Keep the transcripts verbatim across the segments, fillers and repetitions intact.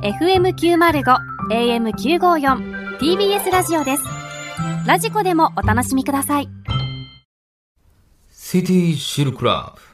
エフエムきゅうまるご、エーエムきゅうごよん ティービーエス ラジオです。ラジコでもお楽しみください。 シティシルクラブ。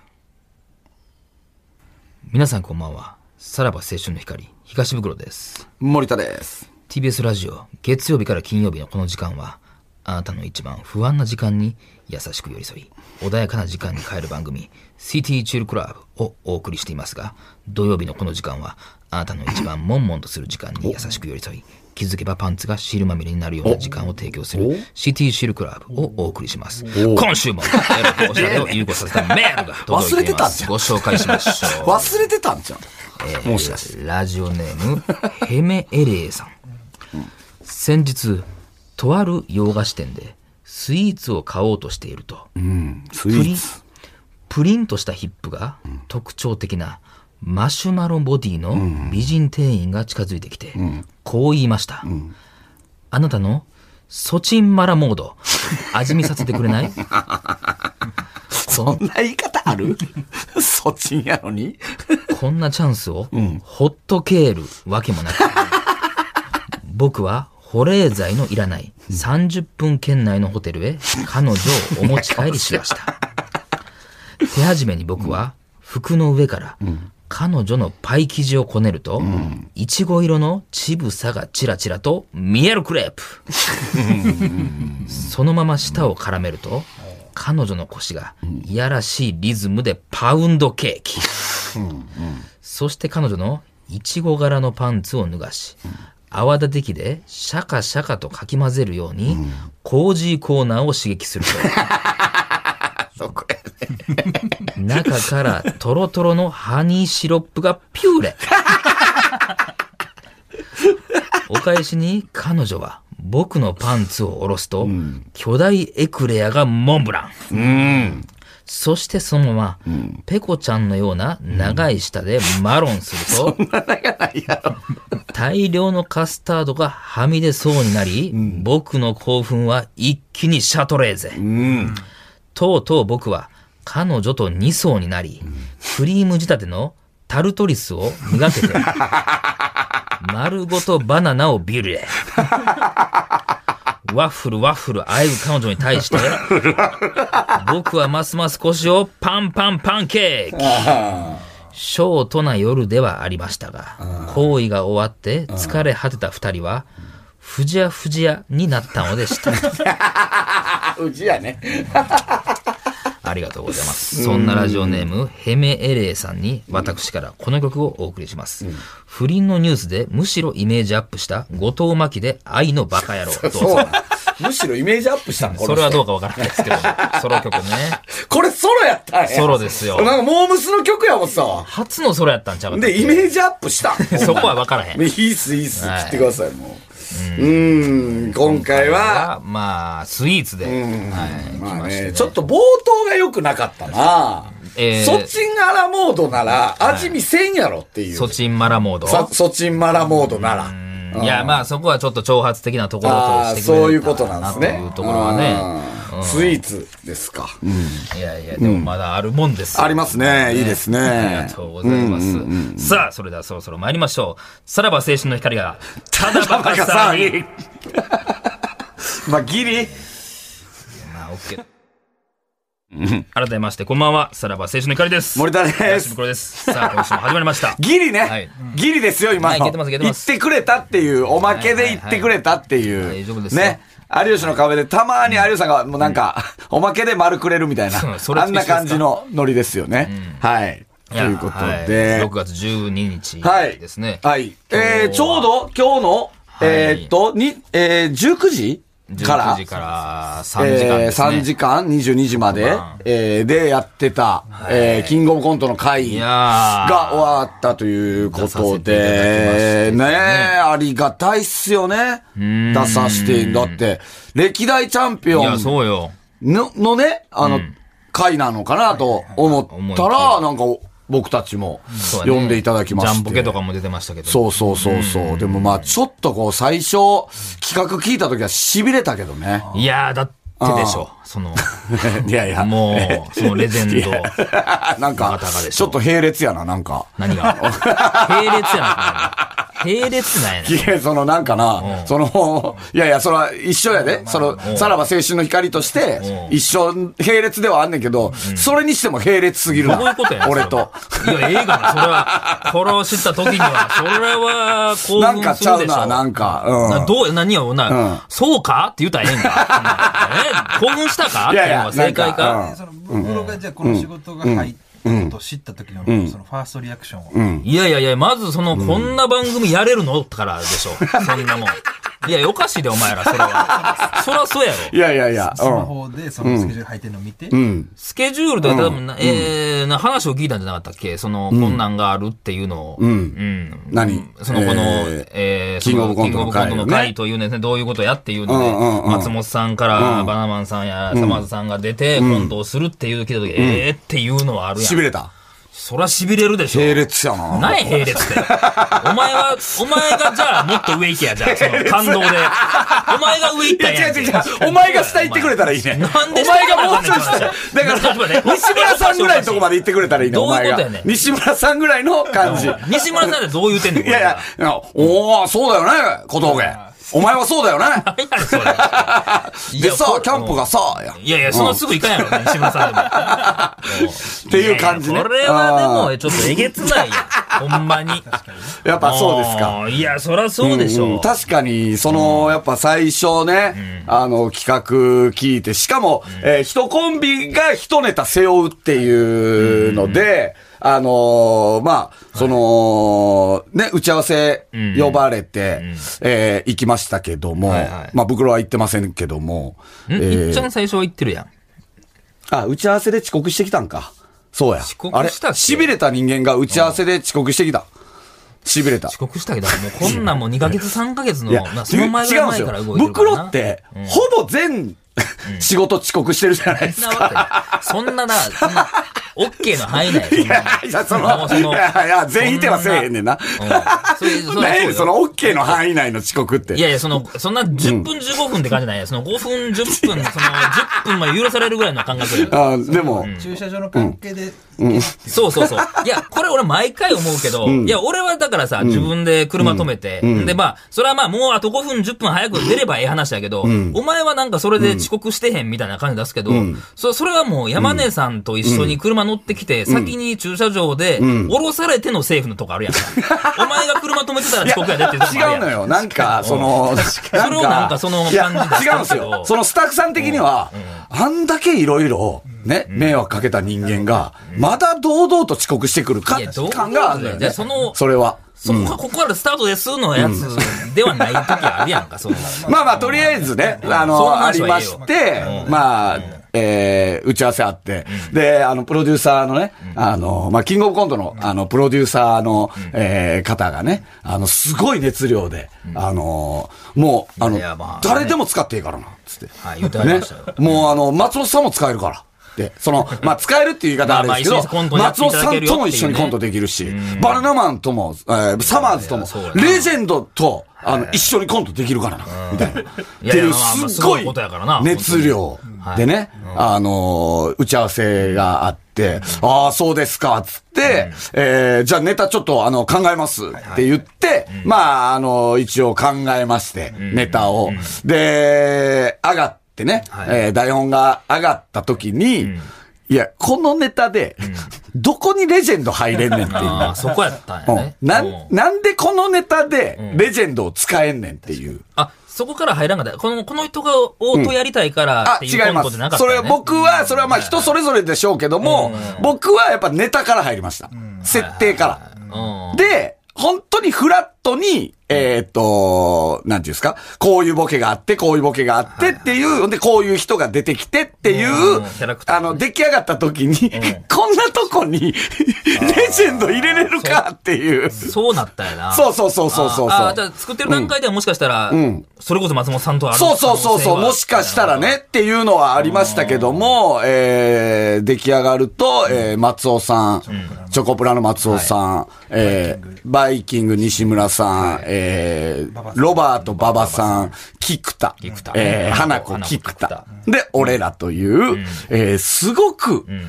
皆さんこんばんは。さらば青春の光東袋です。 森田です。 ティービーエス ラジオ月曜日から金曜日のこの時間は、あなたの一番不安な時間に優しく寄り添い、穏やかな時間に変える番組シティチルクラブをお送りしていますが、土曜日のこの時間はあなたの一番悶々とする時間に優しく寄り添い、気づけばパンツが汁まみれになるような時間を提供するシティシルクラブをお送りします。今週もエロとおしゃれを融合させたメールが届いています。ご紹介しましょう。 忘れてたんじゃん、 えー、もしかしてラジオネームヘメエレイさん、うん、先日とある洋菓子店でスイーツを買おうとしていると、うん、スイーツプリンとしたヒップが特徴的なマシュマロボディの美人店員が近づいてきて、うん、こう言いました、うん、あなたのソチンマラモード味見させてくれない？ そんな言い方ある？ソチンやのにこんなチャンスを、うん、ほっとけるわけもなく僕は保冷剤のいらないさんじゅっぷん圏内のホテルへ彼女をお持ち帰りしました手始めに僕は服の上から彼女のパイ生地をこねると、いちご色の乳房がチラチラと見えるクレープそのまま舌を絡めると彼女の腰がいやらしいリズムでパウンドケーキそして彼女のいちご柄のパンツを脱がし、泡立て器でシャカシャカとかき混ぜるように、うん、コージーコーナーを刺激するとそこやね中からトロトロのハニーシロップがピューレお返しに彼女は僕のパンツを下ろすと、うん、巨大エクレアがモンブラン、うんそしてそのまま、うん、ペコちゃんのような長い舌でマロンすると、 うん、そんな長ないやろ大量のカスタードがはみ出そうになり、うん、僕の興奮は一気にシャトレーゼ、うん、とうとう僕は彼女とに層になり、うん、クリーム仕立てのタルトリスを磨けて丸ごとバナナをビュレワッフルワッフルあえぐ彼女に対して僕はますます腰をパンパンパンケーキショートな夜ではありましたが、行為が終わって疲れ果てた二人はふじやふじやになったのでしたふじやねありがとうございます。そんなラジオネームヘメエレイさんに私からこの曲をお送りします、うん、不倫のニュースでむしろイメージアップした後藤真希で愛のバカ野郎どうぞむしろイメージアップしたのそれはどうかわからないですけどソロ曲ねこれソロやったんやソロですよなんかモームスの曲やもんさ初のソロやったんちゃうかでイメージアップしたそこはわからへんいいっすいいっす、はい、切ってくださいもううーん今回はまあスイーツで、 うんはいまあねね、ちょっと冒頭が良くなかったな、えー、ソチンマラモードなら味見せんやろっていう、 はい、ソチンマラモードソチンマラモードならいやまあそこはちょっと挑発的なところとしてくれたそういうことなんですねというところはね、 うん、スイーツですか、 うん、いやいやでもまだあるもんですよ、 うん、ありますね、いいですねありがとうございます、うんうんうん、さあそれではそろそろ参りましょう。さらば青春の光がただバカ騒ぎまあギリまあ OK改めましてこんばんは、さらば青春の光です。 森田です。 袋です。さあ今週も始まりましたギリね、はい、ギリですよ今の、はい、言ってくれたっていうおまけで言ってくれたっていう、はいはいはい、大丈夫ですよね。有吉の壁でたまに有吉さんがもうなんか、うん、おまけで丸くれるみたいな、うん、あんな感じのノリですよね、うん、はいということで、 はい、ろくがつじゅうににちですね。 はい、はい、えー、ちょうど今日の、はい、えー、っとに、えー、じゅうくじからじゅうくじからさんじかんですね、えー、 さんじかんにじゅうにじまで、えー、でやってた、はい、えー、キングオブコントの会が終わったということで、ね, ねありがたいっすよね。出させて、だって歴代チャンピオン の, いやそうよの, のねあの、うん、会なのかなと思ったら、なんか僕たちも呼んでいただきまして、ね、 ジャンポケとかも出てましたけど、 そうそうそうそう、うん、でもまあちょっとこう最初企画聞いた時は痺れたけどね。 いやーだってでしょそのいやいやもうそのレジェンドなんかちょっと並列やななんか何が並列やな並列なんやねん。 いや、そのなんかな、その、いやいや、それは一緒やで。その、さらば青春の光として、一緒、並列ではあんねんけど、それにしても並列すぎるな。 どういうことやねん。 俺と。 いや、映画な、それは、これを知った時には、それは、興奮するでしょ。 なんかちゃうな、なんか。うん。 どう、何を、な、そうかって言ったらええんか。え興奮したかっていうのは正解か。 その、僕がじゃあこの仕事が入って、ことを知った時の、そのファーストリアクションを、 うん、いやいやいや、まずその、こんな番組やれるのからでしょ。そんなもん。いや、おかしいで、お前ら、それは。そらそうやろ。 いやいやいや。 スマホで、そのスケジュール入ってるのを見て。 うん。スケジュールで、多分、えー、な、話を聞いたんじゃなかったっけその、こんなんがあるっていうのを。うん。うん。 何その、この、えー、 キングオブコントの会。 キングオブコントの会というね、どういうことやっていうので、松本さんから、バナナマンさんや、サマーズさんが出て、コントをするっていう聞いた時、えーっていうのはあるやん。 痺れた。 そら痺れるでしょ。 並列やな。 何並列って。お前は、お前がじゃあもっと上行けや、じゃあ、その感動で。お前が上行ったんや。 いや違う違う違う。お前が下行ってくれたらいいね。 なんでお前がもうちょい下。だから、西村さんぐらいのとこまで行ってくれたらいいね。 どういうことやねん。 西村さんぐらいの感じ。 西村さんってどう言うてんねん。 いやいや、おー、そうだよね、小峠。お前はそうだよね。 何やねん、それ。 でさ、キャンプがさ、 いやいや、そのすぐ行かんやろね、西村さんでも。 っていう感じね。 これはでも、ちょっとえげつないや。ほんまに。 やっぱそうですか。 いや、そりゃそうでしょ。 確かに、その、やっぱ最初ね、あの、企画聞いて、しかも、え、一コンビが一ネタ背負うっていうので、あのー、まあ、その、ね、打ち合わせ呼ばれて、えー、行きましたけども、はいはい、まあ、袋は行ってませんけども。 ん、えー、いっちゃん最初は行ってるやん。 あ、打ち合わせで遅刻してきたんか。そうや。 遅刻したっけ？ 痺れた人間が打ち合わせで遅刻してきた。痺れた。 遅刻したけど、もうこんなんもうにかげつさんかげつの、その前ぐらい前から動いてるからな。袋って、うん、ほぼ全、仕事遅刻してるじゃないですか。 そんなな、そんな、オッケーの範囲内いや、いや、その、いやいや、全否定はせえへんねんな。何やそのオッケーの範囲内の遅刻って。 いやいや、その、そんなじゅっぷんじゅうごふんって感じじゃないや。そのごふん、じゅっぷん、そのじゅっぷんまで許されるぐらいの感覚や。 あでも、 駐車場の関係で、 そうそうそう。いや、これ俺毎回思うけど、いや、俺はだからさ、自分で車止めて、で、まあ、それはまあ、もうあとごふん、じゅっぷん早く出ればええ話やけど、お前はなんかそれで遅刻してへんみたいな感じ出すけど、そそれはもう山根さんと一緒に車乗ってきて、先に駐車場で、降ろされてのセーフのとこあるやんか。お前が車止めてたら遅刻やでって言うとこあるやん。 違うのよ。なんか、その、 それをなんかその感じで。 違うんですよ。そのスタッフさん的には、あんだけいろいろ、ね、迷惑かけた人間が、まだ堂々と遅刻してくるか感があるんだよね。その、それは。 そこ、ここからスタートですのやつではない時あるやんか、そんな。 まあまあ、とりあえずね、あの、ありまして、まあ、えー、打ち合わせあって、で、あの、プロデューサーのね、あの、まあ、キングオブコントの、あの、プロデューサーの、えー、方がね、あの、すごい熱量で、あの、もう、あの、誰でも使っていいからな、つって。 はい、言ってありましたよ。 もう、あの、松本さんも使えるから。で、その、まあ、使えるっていう言い方あるんですけど、松本さんとも一緒にコントできるし、バナナマンとも、えー、サマーズとも、レジェンドと、あの、一緒にコントできるからな、みたいな。っていう、すごい熱量でね、あの、打ち合わせがあって、ああ、そうですか、つって、えー、じゃあネタちょっと、あの、考えますって言って、まあ、あの、一応考えまして、ネタを。で、上がって、ね、はい、えー、台本が上がった時に、うん、いや、このネタで、うん、どこにレジェンド入れんねんっていう。 あそこやったんやね。 な、なんでこのネタで、レジェンドを使えんねんっていう。うん、 あ、そこから入らんかった。この、この人が、をとやりたいからっていうコントじゃなかった、ね、 うん、あ、違います。それは僕は、それはまあ人それぞれでしょうけども、うん、僕はやっぱネタから入りました。うん、設定から。で、本当にフラットに、えっと、なんていうんですか、こういうボケがあって、こういうボケがあってっていう、で、こういう人が出てきてっていう、あの、出来上がった時に、こんなとこに、レジェンド入れれるかっていう。 そうなったよな。 そうそうそうそうそう。 ああ、じゃあ作ってる段階ではもしかしたら、それこそ松本さんとあるそうそうそうそう、もしかしたらねっていうのはありましたけども、えー、出来上がると、えー、松尾さん、チョコプラの松尾さん、えー、バイキング西村さん、えー、えー、ロバート馬場さん、菊田、えー、花子菊田。で、俺らという、うん、えー、すごく、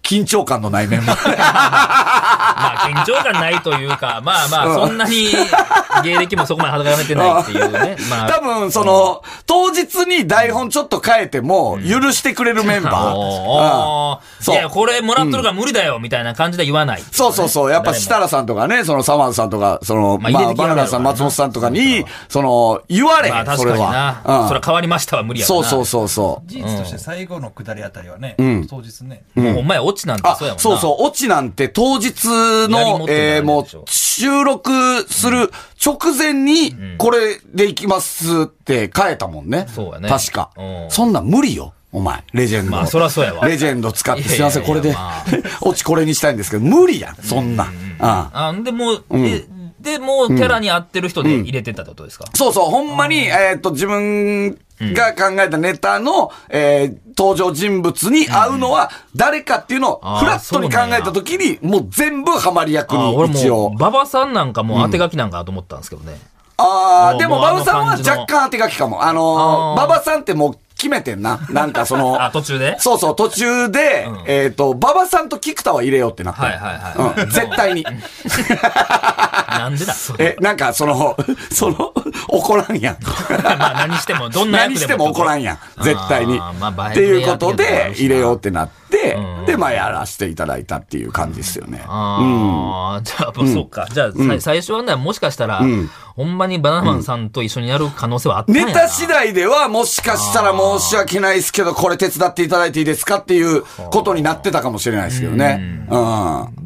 緊張感のないメンバー。 まあ、緊張感ないというか、まあまあ、そんなに芸歴もそこまで裸やめてないっていうね。まあ、 多分、その、うん、当日に台本ちょっと変えても、許してくれるメンバー。 うん、いや、これもらっとるから無理だよ、みたいな感じで言わない、ね。 そうそうそう。やっぱ設楽さんとかね、そのサマーズさんとか、その、まあ、まあ、バナナさん、松本さんとかに、その、言われへん、まあ、 それは。うん、それは変わりましたは無理やろな。 そうそうそうそう。 事実として最後の下りあたりはね、うん、当日ね。 もうお前、オチなんてそうやもんな。 そうそう、オチなんて当日の、えー、もう、収録する直前に、これでいきますって変えたもんね。 そうやね。 確か。そんなん無理よ。お前、レジェンド。 まあ、そらそうやわ。 レジェンド使って、すいません、これで、オチこれにしたいんですけど、無理やん、そんな。 あでも、で、もうキャラに合ってる人で入れてたってことですか？ そうそう、ほんまに、えっと、自分が考えたネタの、えー、登場人物に合うのは誰かっていうのをフラットに考えたときに、もう全部ハマり役に一応。 馬場さんなんかもう当て書きなんかと思ったんですけどね。 ああ、でも馬場さんは若干当て書きかも。あの、馬場さんってもう決めてんな。なんかその。 あ、途中でそうそう、途中で、えっと、馬場さんと菊田は入れようってなった。 はいはいはい。 うん、絶対に。 なんでだえ、なんかその、その、怒らんやん。 まあ何しても、どんな役でも。 何しても怒らんやん。絶対に。っていうことで入れようってなって、で、まあやらせていただいたっていう感じですよね。 ああ、じゃあ、もうそうか。じゃあ、最初はね、もしかしたら、ほんまにバナナマンさんと一緒にやる可能性はあったんやな。 ネタ次第ではもしかしたら申し訳ないですけど、これ手伝っていただいていいですかっていうことになってたかもしれないですけどね。うん。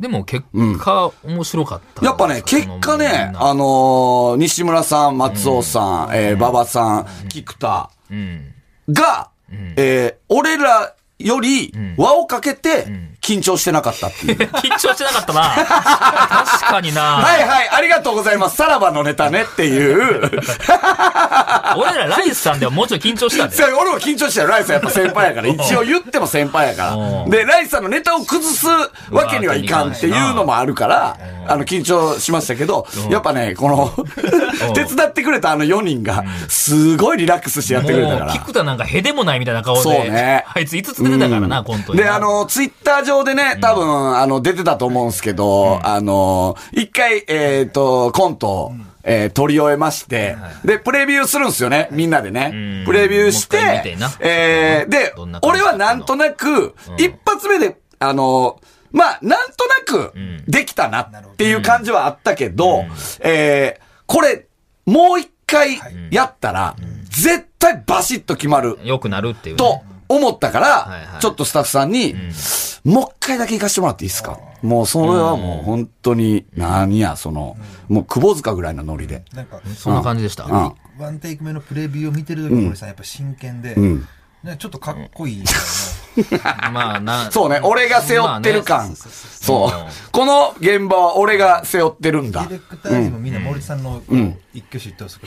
でも結果、面白かった。 やっぱね、結果ね、あの、西村さん、松尾さん、え、馬場さん、菊田が、え、俺らより輪をかけて緊張してなかったっていう。 緊張してなかったな。確かにな。 はいはい、ありがとうございます。さらばのネタねっていう。 俺らライスさんではもうちょい緊張したんだよ。 俺も緊張したよ。ライスさんやっぱ先輩やから。一応言っても先輩やから。で、ライスさんのネタを崩すわけにはいかんっていうのもあるから、あの、緊張しましたけど、やっぱね、この、手伝ってくれたあのよにんが、すごいリラックスしてやってくれたから。 菊田なんかへでもないみたいな顔で。 そうね。 あいついつつ出てたからな、コントに。 で、あの、ツイッター上でね、多分、あの、出てたと思うんですけど、あの、一回、えっと、コントを、えー、取り終えまして、で、プレビューするんですよね、みんなでね。プレビューして、えー、で、俺はなんとなく、一発目で、あの、まあ、なんとなく、できたなっていう感じはあったけど、えー、これ、もう一回やったら、絶対バシッと決まる。 良くなるっていう。 と思ったから、ちょっとスタッフさんに、もう一回だけ行かしてもらっていいですか？もうそれはもう本当に、何や、その、もう窪塚ぐらいのノリで。 なんか、そんな感じでした。 ワンテイク目のプレビューを見てる時に森さんやっぱ真剣で、ちょっとかっこいい。 まあな。 そうね、俺が背負ってる感。そう。この現場は俺が背負ってるんだ。 ディレクターにもみんな森さんの一挙手一投足。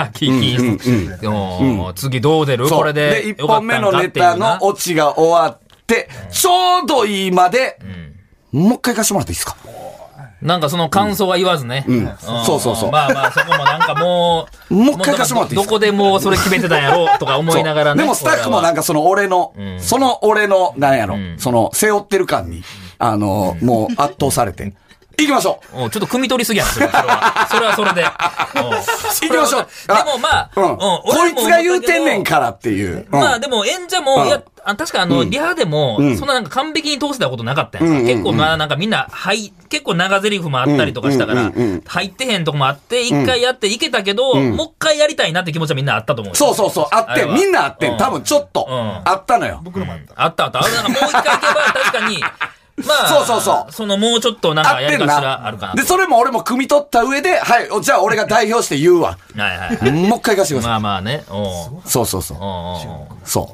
次どう出るこれで。 で、一本目のネタのオチが終わって、ちょうどいいまで、もう一回行かしてもらっていいですか？ なんかその感想は言わずね。 そうそうそう。 まあまあそこもなんかもう、 もう一回貸してもらっていいですか？ どこでもうそれ決めてたんやろとか思いながらね。 でもスタッフもなんかその俺の、その俺の、なんやろ、その背負ってる感に、あの、もう圧倒されて。行きましょう。 ちょっと汲み取りすぎやん、それは。それはそれで。 行きましょう。 でもまあ、 こいつが言うてんねんからっていう。 まあでも演者も、いや、確かあの、リハでも、そんななんか完璧に通せたことなかったやんか。結構まあなんかみんな、はい、結構長台詞もあったりとかしたから、入ってへんとこもあって、一回やっていけたけど、もう一回やりたいなって気持ちはみんなあったと思う。 そうそうそう、あって、みんなあって、多分ちょっと、あったのよ。 僕のもあった。 あったあった。なんかもう一回行けば確かに、まあ、 そうそうそう。 そのもうちょっとなんかやり方があるかな。 で、それも俺も汲み取った上で、はい、じゃあ俺が代表して言うわ。 はいはい。 もう一回行かしてください。 まあまあね。 そうそうそう。そう。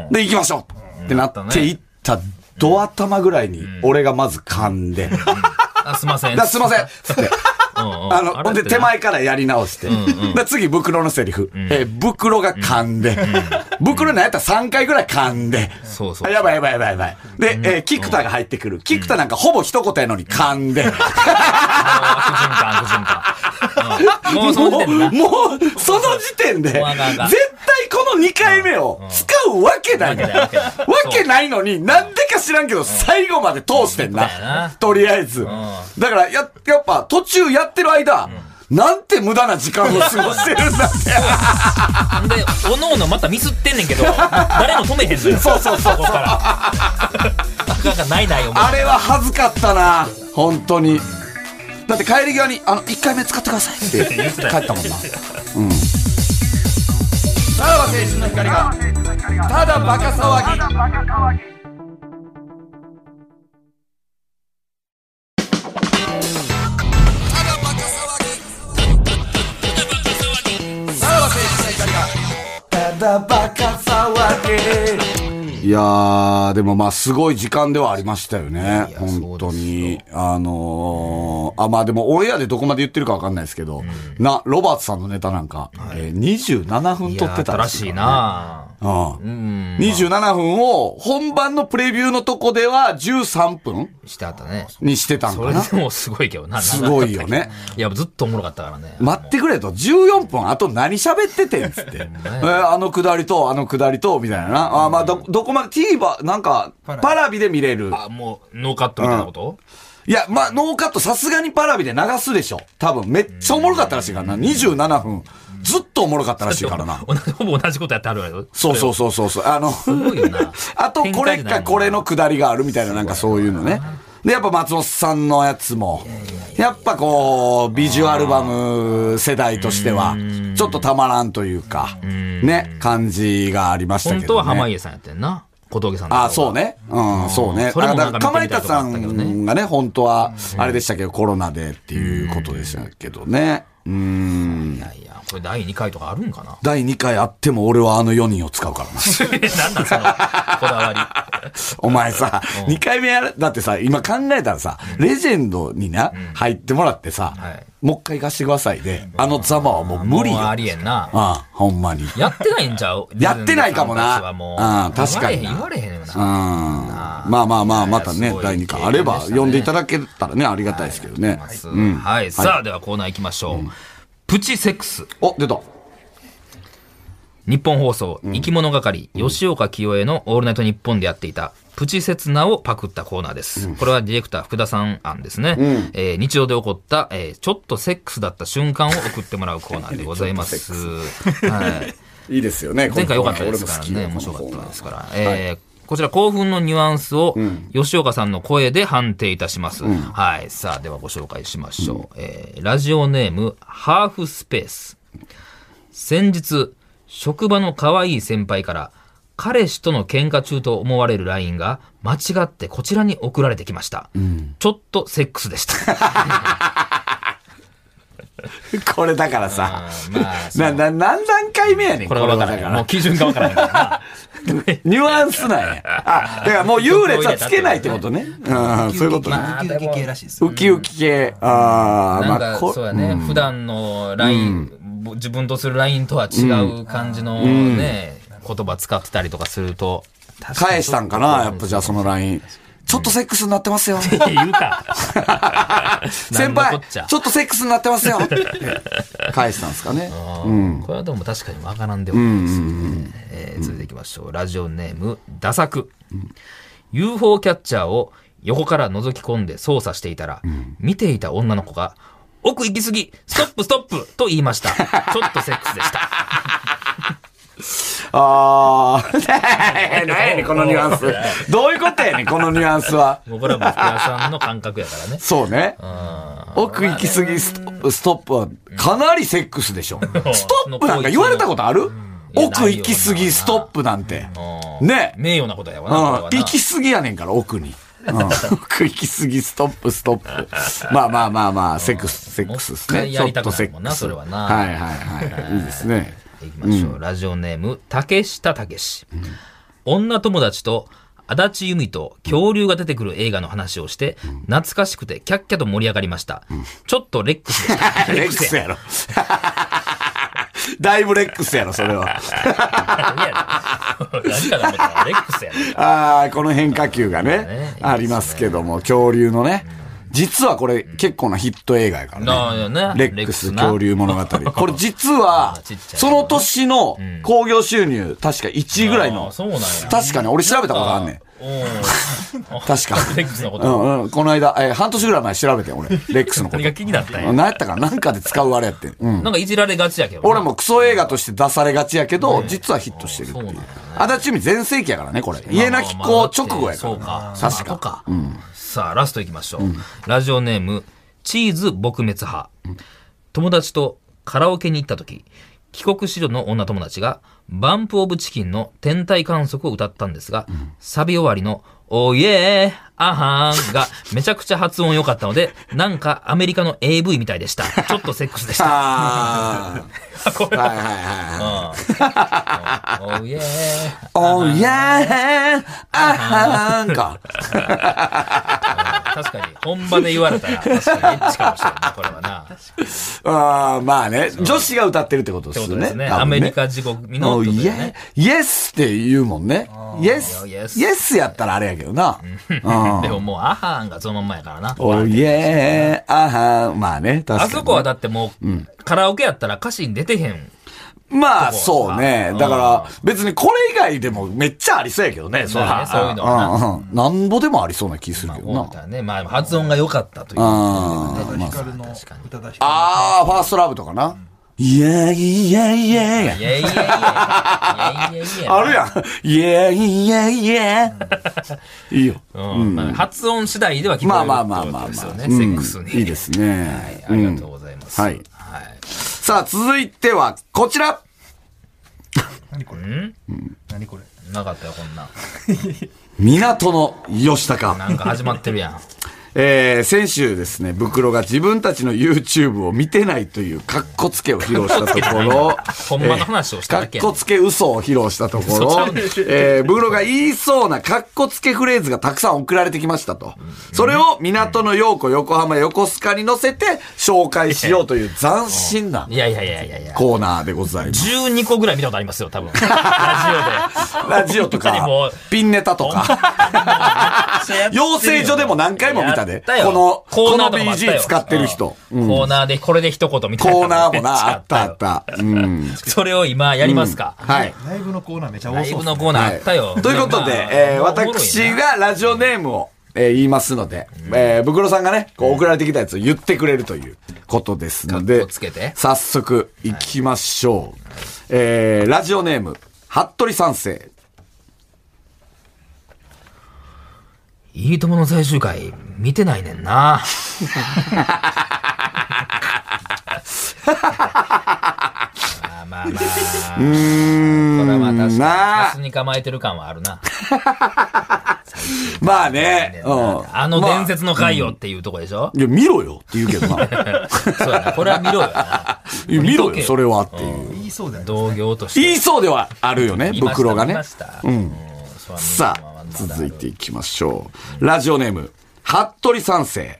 で、行きましょうってなっていったド頭ぐらいに、俺がまず噛んで。 あ、すいません。 すいません。つって。あの、ほんで手前からやり直して。で、次、袋のセリフ。え、袋が噛んで。袋なんやったらさんかいぐらい噛んで。 そうそう。 やばいやばいやばいやばい。で、え、菊田が入ってくる。菊田なんかほぼ一言やのに噛んで。悪循環、悪循環。もうその時点で。 もう、その時点で、絶対このにかいめを使ううわけないね。わけないのに、なんでか知らんけど、最後まで通してんな。とりあえず。だから、や、やっぱ途中やってる間、なんて無駄な時間を過ごしてるんだって。 で、おのおのまたミスってんねんけど、誰も止めへんのよ。 そうそうそう。 ここから。なんかないないよ。 あれは恥ずかったな。本当に。だって帰り際に、あの、一回目使ってくださいって帰ったもんな。うん。さらば青春の光が、ただバカ騒ぎ。いやー、でもまあすごい時間ではありましたよね。本当に。あのー、あ、まあでもオンエアでどこまで言ってるかわかんないですけど、うん、な、ロバートさんのネタなんか、はい、えー、にじゅうななふん撮ってたらしい、ね。 新しいなぁ。うん。にじゅうななふんを本番のプレビューのとこではじゅうさんぷんしてあったね。 にしてたんかな。 それでもすごいけどな。 すごいよね。 いや、ずっとおもろかったからね。 待ってくれと、じゅうよんぷんあと何喋っててんつって。えー、あのくだりと、あのくだりと、みたいなな。あ、まあ、ど、どこまで TVer、なんか、パラビで見れる。 あ、もう、ノーカットみたいなこと、 うん、いや、まあ、ノーカットさすがにパラビで流すでしょ。多分、めっちゃおもろかったらしいからな。にじゅうななふん。ずっとおもろかったらしいからな。 ほぼ同じことやってあるわよ。 そうそうそうそうそう。あの、 すごいよな。 あと、これかこれのくだりがあるみたいな、なんかそういうのね。で、やっぱ松本さんのやつも、やっぱこう、ビジュアルバム世代としては、ちょっとたまらんというか、ね、感じがありましたけどね。 本当は濱家さんやってんな。小峠さんの。 あ、そうね。うん、そうね。だから、かまいたちさんがね、本当は、あれでしたけど、コロナでっていうことでしたけどね。うーん。 いやいや、これだいにかいとかあるんかな。 だいにかいあっても俺はあのよにんを使うからな。なんなんその、こだわり。 お前さ、うん、にかいめやる、だってさ、今考えたらさ、うん、レジェンドにな、うん、入ってもらってさ、はい、もう一回行かしてくださいで、あのざまはもう無理よ。 もうありえんな。 ああ、ほんまに。 やってないんちゃうやってないかもな。 ああ、確かに言われへんよな。 うん。まあまあまあ、またね、だいにかいあれば、呼んでいただけたらね、ありがたいですけどね。 うん、はい。さあ、ではコーナー行きましょう。うん、プチセックス。 お、出た。 日本放送、生き物係、うん、吉岡清江のオールナイトニッポンでやっていた、プチ刹那をパクったコーナーです。うん、これはディレクター福田さん案ですね。うん、えー、日常で起こった、えー、ちょっとセックスだった瞬間を送ってもらうコーナーでございます。はい。 いいですよね。 前回良かったですからね。面白かったですから。えーはいこちら興奮のニュアンスを吉岡さんの声で判定いたします。うん、はい。さあ、ではご紹介しましょう。うん、えー、ラジオネーム、ハーフスペース。先日、職場の可愛い先輩から、彼氏との喧嘩中と思われる ライン が間違ってこちらに送られてきました。うん、ちょっとセックスでした。 これだからさ、まあ、な、な、何段階目やねん。 これが分からない。もう基準が分からない。 ニュアンスなんや。あ、だからもう優劣はつけないってことね。うん、そういうことね。 ウキウキ系らしいですよ。 ウキウキ系。ああ、 まあ、そうやね。普段の ライン、自分とする ライン とは違う感じのね、言葉使ってたりとかすると。 返したんかなやっぱじゃあその ライン。ちょっとセックスになってますよ。 言うか。 先輩、ちょっとセックスになってますよ。返したんですかね。 うん、これはでも確かにわからんでもないですね。えー、続いていきましょう。ラジオネーム、ダサク。うん、ユーフォー キャッチャーを横から覗き込んで操作していたら、うん、見ていた女の子が、奥行き過ぎ、ストップストップと言いました。ちょっとセックスでした。 あー、何やねんこのニュアンス。どういうことやねんこのニュアンスは。 もうこれはもう福田さんの感覚やからね。 そうね。奥行き過ぎストップ、ストップはかなりセックスでしょ。ストップなんか言われたことある？奥行き過ぎストップなんて。ね。 名誉なことやわな。行き過ぎやねんから奥に。奥行き過ぎストップストップ。まあまあまあまあ、セックス、セックスですね。ちょっとセックス。 それはな。 はいはいはい。いいですね。 いきましょう、うん、ラジオネーム竹下武史、うん、女友達と足立由美と恐竜が出てくる映画の話をして、うん、懐かしくてキャッキャと盛り上がりました、うん、ちょっとレックスでしたレックスやろだいぶレックスやろそれは何かが思ったらレックスやろああこの変化球がね、ねありますけども恐竜のね実はこれ結構なヒット映画やからね。レックス恐竜物語。これ実は、その年の興行収入、確かいちいぐらいの。 そうなんや。 確かに、俺調べたことあんねん。確か。 レックスのこと。 うんうん。この間、えー、半年ぐらい前調べてん、俺。レックスのこと。 何が気になったんや。 何やったかなんかで使うあれやってん。うん。 なんかいじられがちやけど。 俺もクソ映画として出されがちやけど、実はヒットしてるっていう。足立由美全盛期やからね、これ。家なき子直後やから。 そうか。 確か。 うん。さあ、ラストいきましょう。ラジオネーム、チーズ撲滅派。友達とカラオケに行った時、帰国子女の女友達が、バンプオブチキンの天体観測を歌ったんですが、サビ終わりの、おーイエーアハーンがめちゃくちゃ発音良かったので、なんかアメリカの エーブイ みたいでした。ちょっとセックスでした。 ああ。これはいはいはい。 おーイエーおーイエーアハーンか。 確かに、本場で言われたら、確かにエッチかもしれない、これはな。 ああ、まあね。女子が歌ってるってことですよね。 ですね。アメリカ地獄みの。 イエイエスって言うもんね。イエス。イエスやったらあれやけどな。 でももう、アハーンがそのまんまやからな。 おイエーアハーン。まあね、確かに。 あそこはだってもう、カラオケやったら歌詞に出てへん。 まあ、そうね。だから、別にこれ以外でもめっちゃありそうやけどね、そら。 そういうのはな。なんぼでもありそうな気するけどな。 まあ、発音が良かったという。 ああ、ファーストラブとかな。イエイイエイイエイ。イエイイエイイエイ。あるやん。イエイイエイイエイ。いいよ。 発音次第では聞こえる。まあまあまあまあ。セックスに。 いいですね。 ありがとうございます。 はい。さあ、続いては、こちら。 何これ何これなかったよ、こんな。 港の吉高。 なんか始まってるやん。 えー、先週ですね、ブクロが自分たちの YouTube を見てないというカッコつけを披露したところ、 ほんまの話をしただけカッコつけ嘘を披露したところ、えー、ブクロが言いそうなカッコつけフレーズがたくさん送られてきましたと。それを港の陽子、横浜、横須賀に乗せて紹介しようという斬新なコーナーでございます。 じゅうにこぐらい見たことありますよ、多分。ラジオで。 ラジオとか、ピンネタとか。養成所でも何回も見た。この、この ビージー 使ってる人。 コーナーでこれで一言みたいな。 コーナーもな、あったあった。 それを今やりますか。 はい。 ライブのコーナーめちゃ多そう。 ライブのコーナーあったよ。 ということで、私がラジオネームを言いますので、ブクロさんがね、送られてきたやつを言ってくれるということですので、早速行きましょう。ラジオネーム、服部三世。 いいともの最終回、見てないねんな。まあまあまあ。うーん。これはまあ確かに、ハスに構えてる感はあるな。 まあね。 あの伝説の回よっていうとこでしょ、 いや、見ろよって言うけどな。 そうやな。これは見ろよな。 見ろよ、それはっていう。 言いそうだよ。 同業として。 言いそうではあるよね、ブクロがね。 うん。 さあ。続いていきましょう。ラジオネーム、服部三世。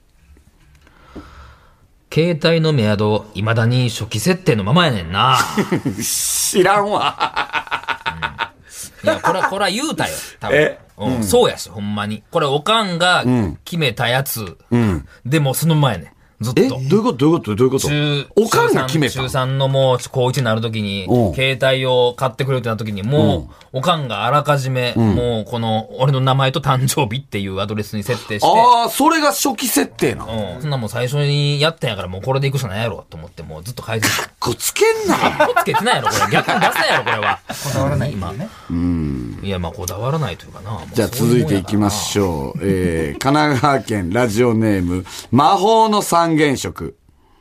携帯のメアド、未だに初期設定のままやねんな。 知らんわ。 うん、いや、これは、これは言うたよ。多分。えうんうん、そうやし、ほんまに。これ、おかんが決めたやつ。うん、でも、その前ね。ずっと。 えどういうことどういうことどういうことおかんが決めた中さんのもう、高いちになるときに、携帯を買ってくれるってなったときに、もう、おかんがあらかじめ、うん、もう、この、俺の名前と誕生日っていうアドレスに設定して。 ああ、それが初期設定なのうん。そんなもう最初にやったんやから、もうこれでいくしかないやろ、と思って、もうずっと改善して。 かっこつけんなかっこつけてないやろ、これ。逆に出せないやろ、これは。 こだわらない今ね。 うん。 いや、まあ、こだわらないというかな。 じゃあ続いていきましょう。えー、神奈川県ラジオネーム、魔法の三原色。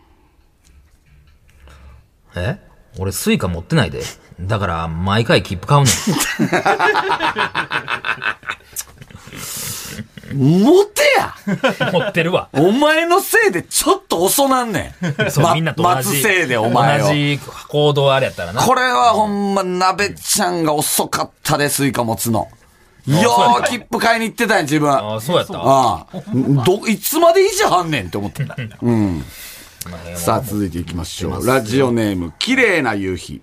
え俺スイカ持ってないで。だから毎回切符買うねん。持てや持ってるわ。 お前のせいでちょっと遅なんねん。 そう、ま、みんなと同じ。 待つせいでお前を。 同じ行動あれやったらな。 これはほんま、なべちゃんが遅かったで、スイカ持つの。よー、切符買いに行ってたんや、自分。 ああ、そうやった。 ああ。ど、いつまで維持はんねんって思ってた。うん。さあ、続いていきましょう。ラジオネーム、綺麗な夕日。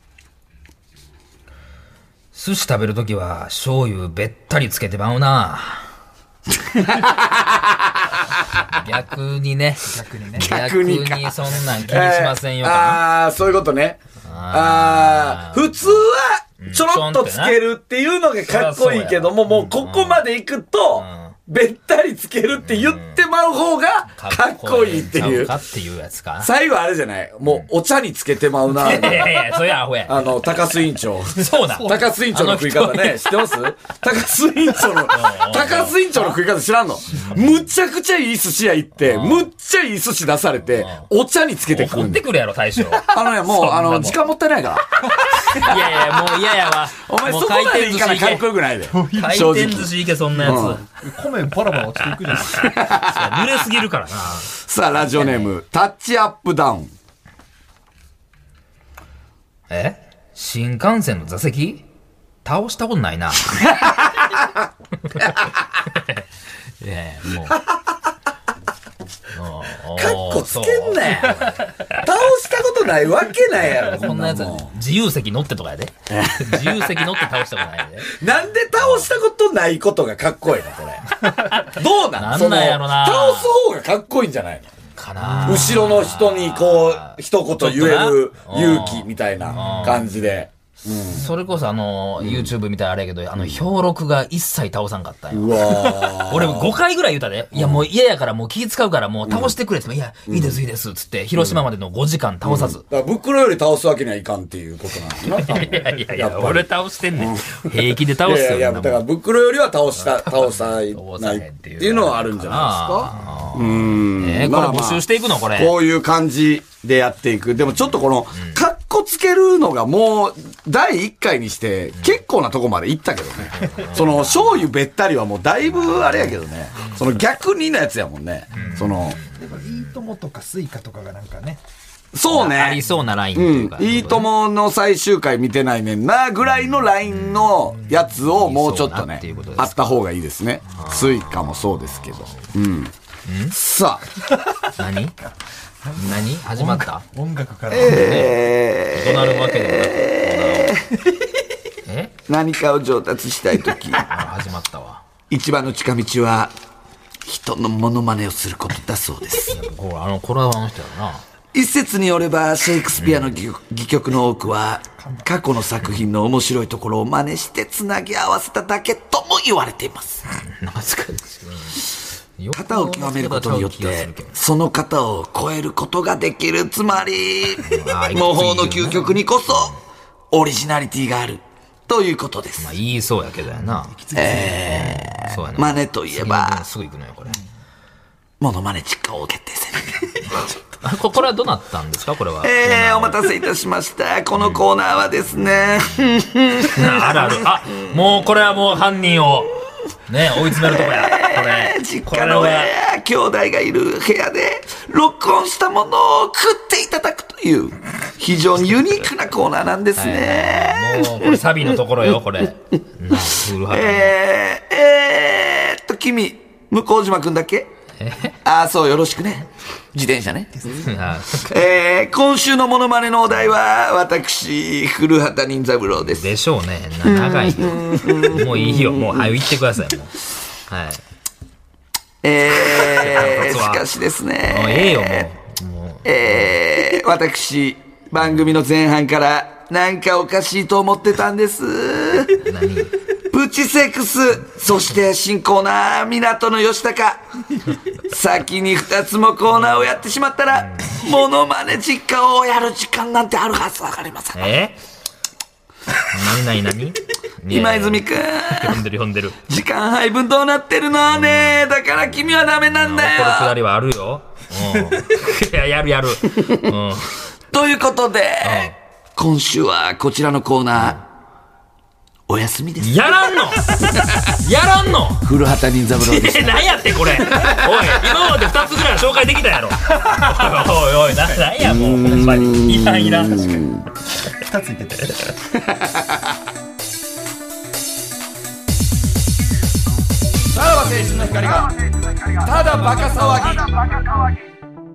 寿司食べるときは、醤油べったりつけてまうな。 逆にね。 逆にね。 逆にか。 逆にそんなん気にしませんよ。 えー、ああ、そういうことね。ああ、普通は、ちょろっとつけるっていうのがかっこいいけども、もうここまで行くと、べったりつけるって言ってまう方がかっこいいっていう。 かっていうやつか。 最後あれじゃないもうお茶につけてまうな。 いやいやいや、そりゃアホや。 あの、高須委員長。 そうだ。 高須委員長の食い方ね。知ってます高須委員長の、高須委員長の食い方知らんのむちゃくちゃいい寿司屋行って、むっちゃいい寿司出されて、お茶につけてくる。 持ってくるやろ、大将。 あのね、もう、あの、時間もったいないから。 いやいや、もう嫌やわ。 お前そこまでいいからかっこよくないで。 回転寿司いけ、そんなやつ。 米バラバラ落ちていくじゃないですか。 濡れすぎるからな。 さあ、ラジオネーム、タッチアップダウン。 え新幹線の座席倒したことないな。いやいや、もう。 カッコつけんなよ。倒したことないわけないやろ。 こんなやつ自由席乗ってとかやで。自由席乗って倒したことないで。 なんで倒したことないことがかっこいいのこれ。どうなんなんなんやろな。 倒す方がかっこいいんじゃないのかな。 後ろの人にこう、一言言える勇気みたいな感じで。 うん、それこそあの、うん、YouTube みたいなあれやけど、あの、氷録が一切倒さんかったんよ。 うわ俺ごかいぐらい言うたで。いや、もう嫌やからもう気使うからもう倒してくれって言っても、いや、いいです、いいです、つって、広島までのごじかん倒さず。 うん、だから袋より倒すわけにはいかんっていうことなんですね。 いやいやいや、俺倒してんねん。平気で倒すよ。 いやいや、だから袋よりは倒した、倒さないっていうのはあるんじゃないですか。 うん。えー、これ募集していくのこれ。 こういう感じでやっていく。でもちょっとこの、カッコつけるのがもう、だいいっかいにして、結構なとこまで行ったけどね。その、醤油べったりはもうだいぶあれやけどね。その逆にのやつやもんね。その、 いいともとかスイカとかがなんかね。 そうね。 ありそうなラインっていうか。 うん。いいともの最終回見てないねんな、ぐらいのラインのやつをもうちょっとね、あった方がいいですね。スイカもそうですけど。うん。さあ。何何始まった音楽から。 えー。どなるわけでもなく。 え何かを上達したいとき。 始まったわ。 一番の近道は、人のモノマネをすることだそうです。 これ、あの、これはあの人やな。 一説によれば、シェイクスピアの戯曲の多くは、過去の作品の面白いところを真似してつなぎ合わせただけとも言われています。型を極めることによって、その型を超えることができる。つまり、模倣の究極にこそ、オリジナリティがある。ということです。 まあ言いそうやけどやな。 えー、そうやな。真似といえば、 すぐ行くのよ、これ。 モノマネ実行決定戦。 これはどうなったんですかこれは。 えー、お待たせいたしました。このコーナーはですね。 あるある。あ、もうこれはもう犯人を、ね、追い詰めるとこや。これ。 実家の親や兄弟がいる部屋で、録音したものを食っていただくという、非常にユニークなコーナーなんですね。 はい、もう、これサビのところよ、これ。なえー、えーっと、君、向島くんだっけああ、そう、よろしくね。自転車ね。えー、今週のモノマネのお題は、私、古畑任三郎です。 でしょうね。な長いよ。もういいよ。もう、はい、言ってください、もう。はい。 えー、しかしですね。 もうええよ、もう。もうえー、私、番組の前半から、なんかおかしいと思ってたんです。 何プチセックス、そして新コーナー、港の吉高。先に二つもコーナーをやってしまったら、モノマネ実家をやる時間なんてあるはずわかりません。 え何何何今泉くん。 読んでる読んでる。 時間配分どうなってるのね。だから君はダメなんだよ。 これくだりはあるよ。うん。いや、やるやる。うん。 ということで、今週はこちらのコーナー、お休みです。 やらんのやらんの古畑任三郎です。 何やってこれ。おい、今までふたつぐらい紹介できたやろ。おいおい、な、なんやもう、ほんまに。いらんいらん。確かに。 ふたついてて。 さらば青春の光が、ただバカ騒ぎ。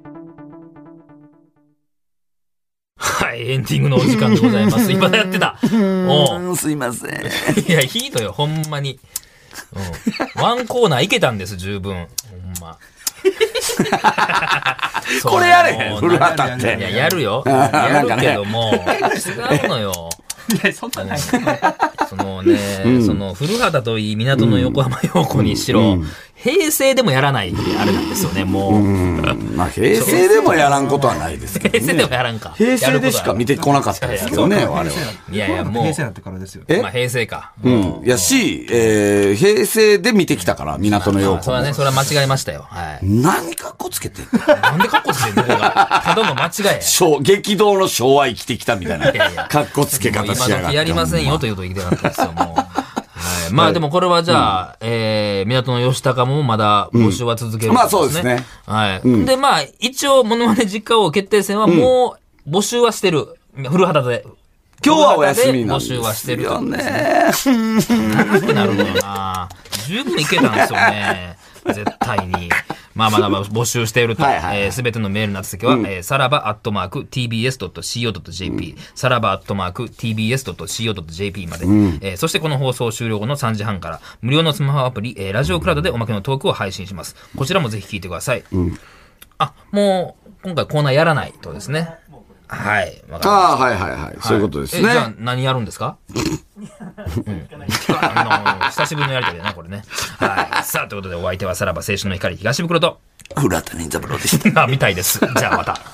はい、エンディングのお時間でございます。今やってた。 うん、すいません。 いや、いいのよ、ほんまに。うん。ワンコーナーいけたんです、十分。ほんま。 これやれへん、古畑って。 いや、やるよ。やるけども、違うのよ。 いや、そんなない。 そのね、その、古畑といい、港の横浜陽子にしろ、平成でもやらない、あれなんですよね、もう。 まあ、平成でもやらんことはないですけどね。 平成でもやらんか。 平成でしか見てこなかったですけどね、我々。 いやいや、もう。 平成になってからですよ。 えまあ、平成か。 うん。いやし、えー、平成で見てきたから、港の陽子。 それはね、それは間違えましたよ。はい。 何かっこつけてんのなんでかっこつけてんのここが。ただの間違え。 激動の昭和生きてきたみたいな。かっこつけ方しやがって。 今時やりませんよということ言いたかったですよ、もう。まあでもこれはじゃあ、うん、えー、港の吉高もまだ募集は続ける、ね、 うん、まあそうですね。 はい。うん、で、まあ一応、モノマネ実家王決定戦はもう募集はしてる。古畑で。 今日はお休みなんですよ。募集はしてるよね。 長くなるのよな。十分いけたんですよね。絶対に。まあまだまだ募集していると。すべ、えー、てのメールの宛先は、うん、えー、さらばアットマーク ティービーエスドットシーオードットジェーピー、うん、さらばアットマーク ティービーエスドットシーオードットジェーピー まで、うん、えー、そしてこの放送終了後のさんじはんから、無料のスマホアプリ、えー、ラジオクラウドでおまけのトークを配信します。こちらもぜひ聞いてください。うん、あ、もう、今回コーナーやらないとですね。はい。わかりました。 ああ、はいはいはい。そういうことですね。 じゃあ何やるんですか？うん、あの久しぶりのやりとりだな、これね。はい。さあ、ということでお相手はさらば青春の光東袋と、 古畑任三郎でした。 あ、みたいです。じゃあまた。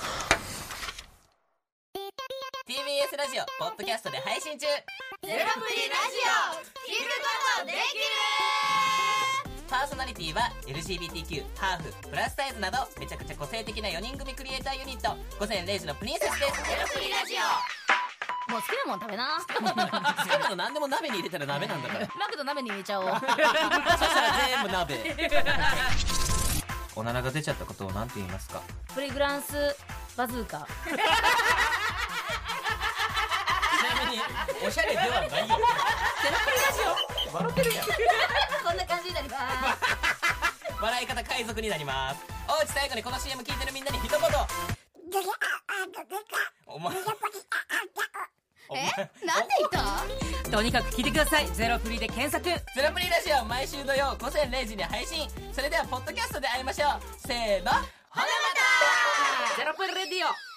ティービーエス ラジオ、ポッドキャストで配信中。ゼロプリラジオ、聞くことできる。パーソナリティは エルジービーティーキュー、ハーフ、プラスサイズなどめちゃくちゃ個性的なよにん組クリエイターユニット午前れいじのプリンセスです。ゼロプリラジオ、もう好きなもん食べな。好きなの何でも鍋に入れたら鍋なんだから。マクド鍋に入れちゃおう。そしたら全部鍋。おならが出ちゃったことを何て言いますか？ プリグランスバズーカ。 ちなみにおしゃれではないよ。ゼロプリラジオ笑ってるやん。 こんな感じになります。 笑い方海賊になります。おうち最後にこの シーエム 聞いてるみんなに一言。お前え、なんで言った？ とにかく聞いてください。ゼロプリで検索。ゼロプリラジオ毎週土曜午前れいじに配信。それではポッドキャストで会いましょう。せーの、ほなまた。ゼロプリレディオ。